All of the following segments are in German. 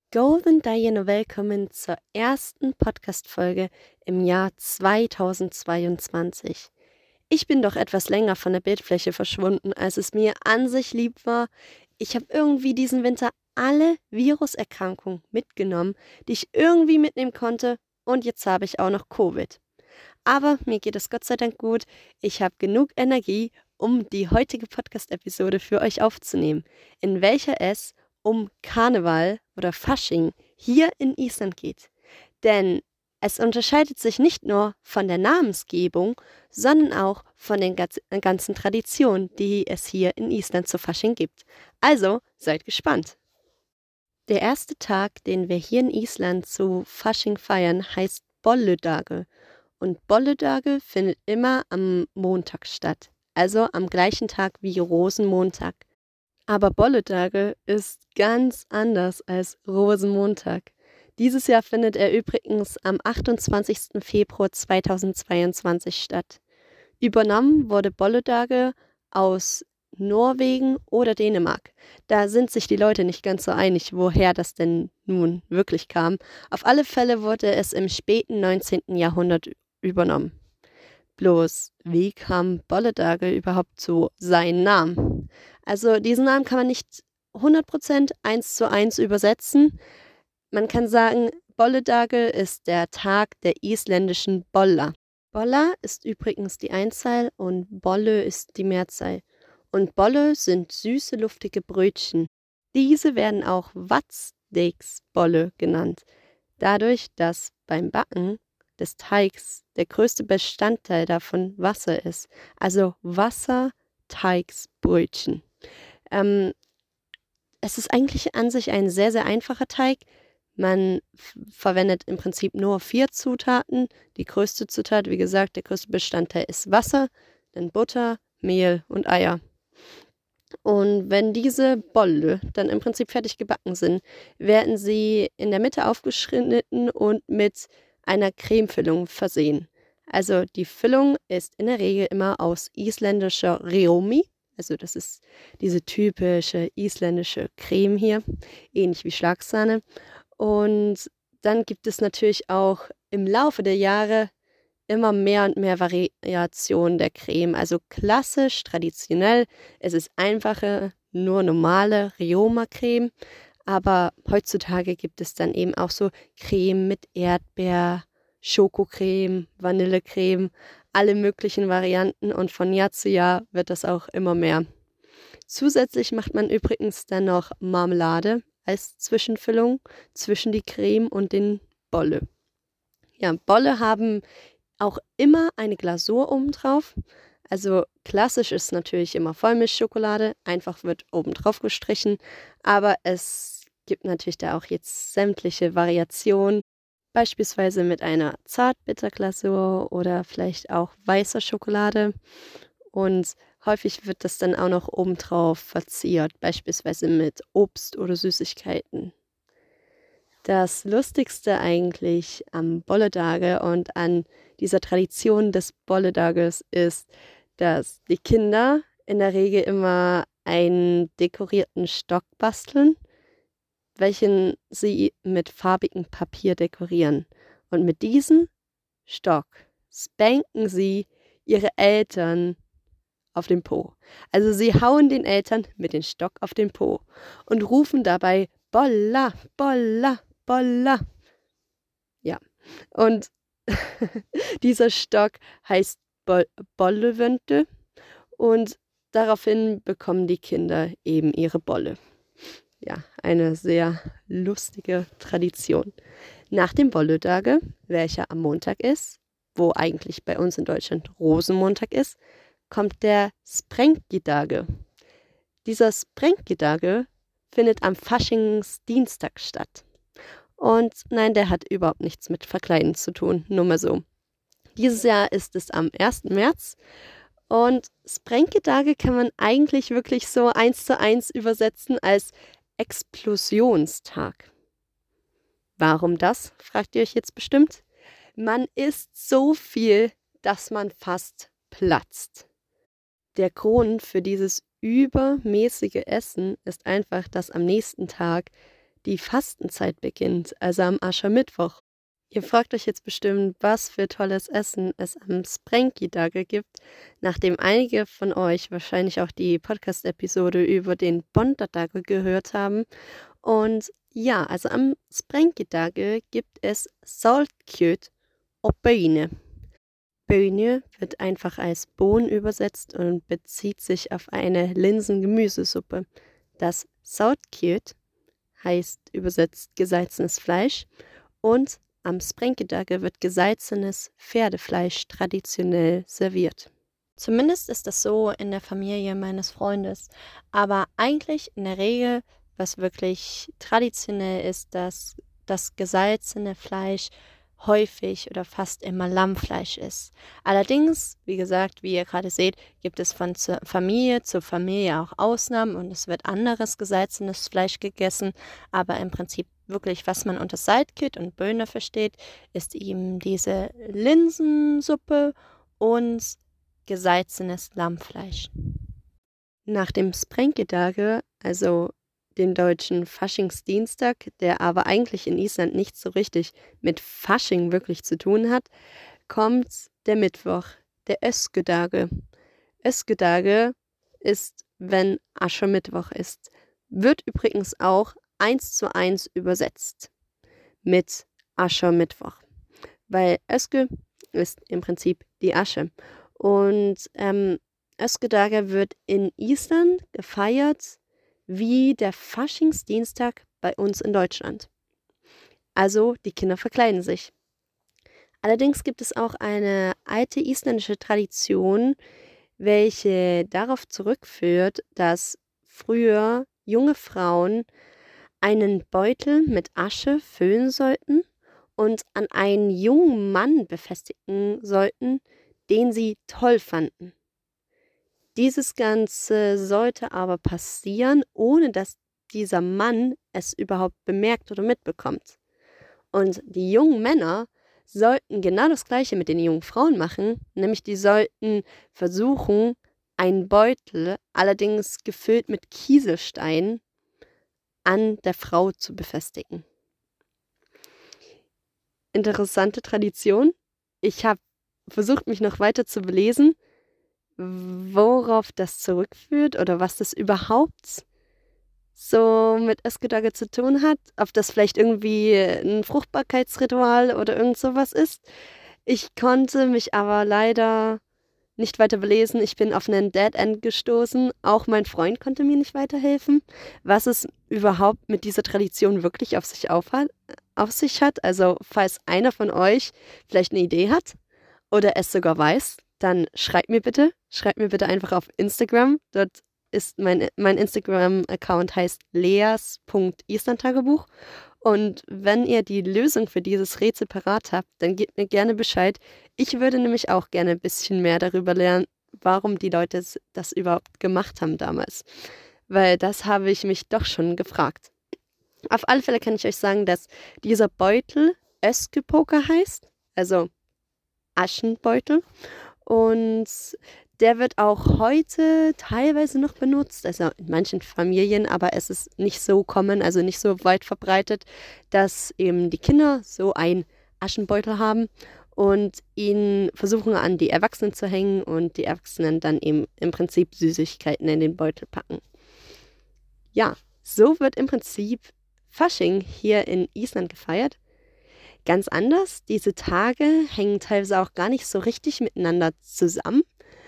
Golden Diana, willkommen zur ersten Podcast-Folge im Jahr 2022. Ich bin doch etwas länger von der Bildfläche verschwunden, als es mir an sich lieb war. Ich habe irgendwie diesen Winter alle Viruserkrankungen mitgenommen, die ich irgendwie mitnehmen konnte, und jetzt habe ich auch noch Covid. Aber mir geht es Gott sei Dank gut. Ich habe genug Energie, um die heutige Podcast-Episode für euch aufzunehmen, in welcher es um Karneval oder Fasching hier in Island geht. Denn es unterscheidet sich nicht nur von der Namensgebung, sondern auch von den ganzen Traditionen, die es hier in Island zu Fasching gibt. Also seid gespannt. Der erste Tag, den wir hier in Island zu Fasching feiern, heißt Bolludage. Und Bolludage findet immer am Montag statt, also am gleichen Tag wie Rosenmontag. Aber Bolludage ist ganz anders als Rosenmontag. Dieses Jahr findet er übrigens am 28. Februar 2022 statt. Übernommen wurde Bolludage aus Norwegen oder Dänemark. Da sind sich die Leute nicht ganz so einig, woher das denn nun wirklich kam. Auf alle Fälle wurde es im späten 19. Jahrhundert übernommen. Bloß, wie kam Bolludage überhaupt zu seinem Namen? Also diesen Namen kann man nicht 100% 1:1 übersetzen. Man kann sagen, Bolludage ist der Tag der isländischen Bolla. Bolla ist übrigens die Einzahl und Bolle ist die Mehrzahl. Und Bolle sind süße, luftige Brötchen. Diese werden auch Vatnsdeigsbolle genannt, dadurch, dass beim Backen des Teigs der größte Bestandteil davon Wasser ist. Also Wasserteigsbrötchen. Ähm, Es ist eigentlich an sich ein sehr, sehr einfacher Teig. Man verwendet im Prinzip nur 4 Zutaten. Die größte Zutat, wie gesagt, der größte Bestandteil ist Wasser, dann Butter, Mehl und Eier. Und wenn diese Bolle dann im Prinzip fertig gebacken sind, werden sie in der Mitte aufgeschnitten und mit einer Cremefüllung versehen. Also die Füllung ist in der Regel immer aus isländischer Rjómi. Also das ist diese typische isländische Creme hier, ähnlich wie Schlagsahne. Und dann gibt es natürlich auch im Laufe der Jahre immer mehr und mehr Variationen der Creme. Also klassisch, traditionell, es ist einfache, nur normale Roma-Creme. Aber heutzutage gibt es dann eben auch so Creme mit Erdbeer, Schokocreme, Vanillecreme, alle möglichen Varianten, und von Jahr zu Jahr wird das auch immer mehr. Zusätzlich macht man übrigens dann noch Marmelade als Zwischenfüllung zwischen die Creme und den Bolle. Ja, Bolle haben auch immer eine Glasur obendrauf. Also klassisch ist natürlich immer Vollmilchschokolade, einfach wird obendrauf gestrichen, aber es gibt natürlich da auch jetzt sämtliche Variationen, beispielsweise mit einer Zartbitterglasur oder vielleicht auch weißer Schokolade, und häufig wird das dann auch noch obendrauf verziert, beispielsweise mit Obst oder Süßigkeiten. Das Lustigste eigentlich am Bolludage und an dieser Tradition des Bolledages ist, dass die Kinder in der Regel immer einen dekorierten Stock basteln, welchen sie mit farbigem Papier dekorieren. Und mit diesem Stock spanken sie ihre Eltern auf den Po. Also sie hauen den Eltern mit dem Stock auf den Po und rufen dabei Bolla, Bolla, Bolla. Ja, und dieser Stock heißt Bollewönte, und daraufhin bekommen die Kinder eben ihre Bolle. Ja, eine sehr lustige Tradition. Nach dem Bolludage, welcher am Montag ist, wo eigentlich bei uns in Deutschland Rosenmontag ist, kommt der Sprengidage. Dieser Sprengidage findet am Faschingsdienstag statt. Und nein, der hat überhaupt nichts mit Verkleiden zu tun, nur mal so. Dieses Jahr ist es am 1. März, und Sprengidage kann man eigentlich wirklich so 1:1 übersetzen als Explosionstag. Warum das, fragt ihr euch jetzt bestimmt? Man isst so viel, dass man fast platzt. Der Grund für dieses übermäßige Essen ist einfach, dass am nächsten Tag die Fastenzeit beginnt, also am Aschermittwoch. Ihr fragt euch jetzt bestimmt, was für tolles Essen es am Sprenki-Tage gibt, nachdem einige von euch wahrscheinlich auch die Podcast-Episode über den Bontertage gehört haben. Und ja, also am Sprenki-Tage gibt es saltkjöt och böjne. Böjne wird einfach als Bohnen übersetzt und bezieht sich auf eine Linsen-Gemüsesuppe. Das saltkjöt heißt übersetzt gesalzenes Fleisch und am Sprenkeltage wird gesalzenes Pferdefleisch traditionell serviert. Zumindest ist das so in der Familie meines Freundes. Aber eigentlich in der Regel, was wirklich traditionell ist, dass das gesalzene Fleisch häufig oder fast immer Lammfleisch ist. Allerdings, wie gesagt, wie ihr gerade seht, gibt es von Familie zu Familie auch Ausnahmen und es wird anderes gesalzenes Fleisch gegessen, aber im Prinzip wirklich, was man unter Saltkjöt und Böhne versteht, ist eben diese Linsensuppe und gesalzenes Lammfleisch. Nach dem Sprenkeltage, also dem deutschen Faschingsdienstag, der aber eigentlich in Island nicht so richtig mit Fasching wirklich zu tun hat, kommt der Mittwoch, der Öskedage. Öskedage ist, wenn Aschermittwoch ist. Wird übrigens auch 1:1 übersetzt mit Aschermittwoch, weil Öske ist im Prinzip die Asche. Und Öskedage wird in Island gefeiert wie der Faschingsdienstag bei uns in Deutschland. Also die Kinder verkleiden sich. Allerdings gibt es auch eine alte isländische Tradition, welche darauf zurückführt, dass früher junge Frauen einen Beutel mit Asche füllen sollten und an einen jungen Mann befestigen sollten, den sie toll fanden. Dieses Ganze sollte aber passieren, ohne dass dieser Mann es überhaupt bemerkt oder mitbekommt. Und die jungen Männer sollten genau das Gleiche mit den jungen Frauen machen, nämlich die sollten versuchen, einen Beutel, allerdings gefüllt mit Kieselsteinen, an der Frau zu befestigen. Interessante Tradition. Ich habe versucht, mich noch weiter zu belesen, worauf das zurückführt oder was das überhaupt so mit Öskedage zu tun hat. Ob das vielleicht irgendwie ein Fruchtbarkeitsritual oder irgend sowas ist. Ich konnte mich aber leider nicht weiter belesen. Ich bin auf einen Dead End gestoßen. Auch mein Freund konnte mir nicht weiterhelfen, was es überhaupt mit dieser Tradition wirklich auf sich hat. Also falls einer von euch vielleicht eine Idee hat oder es sogar weiß, dann schreibt mir bitte einfach auf Instagram. Dort ist mein Instagram-Account heißt leas.islandtagebuch. Und wenn ihr die Lösung für dieses Rätsel parat habt, dann gebt mir gerne Bescheid. Ich würde nämlich auch gerne ein bisschen mehr darüber lernen, warum die Leute das überhaupt gemacht haben damals. Weil das habe ich mich doch schon gefragt. Auf alle Fälle kann ich euch sagen, dass dieser Beutel Öskepoker heißt, also Aschenbeutel. Und der wird auch heute teilweise noch benutzt, also in manchen Familien, aber es ist nicht so common, also nicht so weit verbreitet, dass eben die Kinder so einen Aschenbeutel haben und ihn versuchen an die Erwachsenen zu hängen und die Erwachsenen dann eben im Prinzip Süßigkeiten in den Beutel packen. Ja, so wird im Prinzip Fasching hier in Island gefeiert. Ganz anders, diese Tage hängen teilweise auch gar nicht so richtig miteinander zusammen.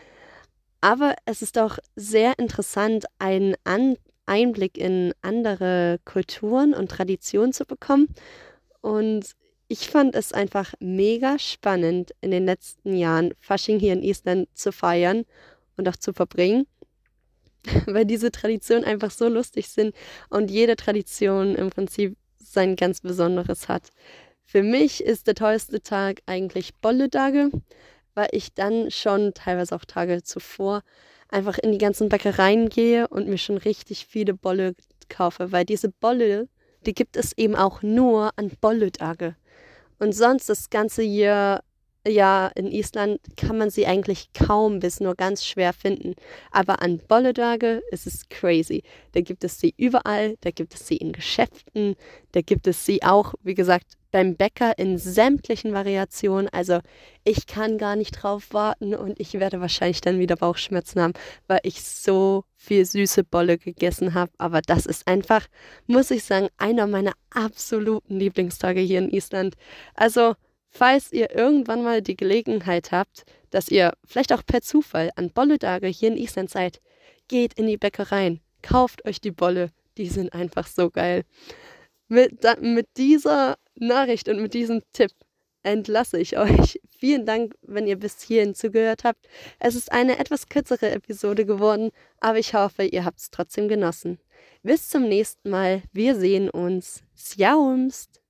Aber es ist auch sehr interessant, einen Einblick in andere Kulturen und Traditionen zu bekommen. Und ich fand es einfach mega spannend, in den letzten Jahren Fasching hier in Island zu feiern und auch zu verbringen, weil diese Traditionen einfach so lustig sind und jede Tradition im Prinzip sein ganz Besonderes hat. Für mich ist der tollste Tag eigentlich Bolletage, weil ich dann schon teilweise auch Tage zuvor einfach in die ganzen Bäckereien gehe und mir schon richtig viele Bolle kaufe, weil diese Bolle, die gibt es eben auch nur an Bolletage. Und sonst das ganze Jahr Ja, in Island kann man sie eigentlich kaum bis nur ganz schwer finden. Aber an Bolledagen ist es crazy. Da gibt es sie überall, da gibt es sie in Geschäften, da gibt es sie auch, wie gesagt, beim Bäcker in sämtlichen Variationen. Also ich kann gar nicht drauf warten und ich werde wahrscheinlich dann wieder Bauchschmerzen haben, weil ich so viel süße Bolle gegessen habe. Aber das ist einfach, muss ich sagen, einer meiner absoluten Lieblingstage hier in Island. Also falls ihr irgendwann mal die Gelegenheit habt, dass ihr vielleicht auch per Zufall an Bolletage hier in Island seid, geht in die Bäckereien, kauft euch die Bolle, die sind einfach so geil. Mit dieser Nachricht und mit diesem Tipp entlasse ich euch. Vielen Dank, wenn ihr bis hierhin zugehört habt. Es ist eine etwas kürzere Episode geworden, aber ich hoffe, ihr habt es trotzdem genossen. Bis zum nächsten Mal. Wir sehen uns. Sjaumst!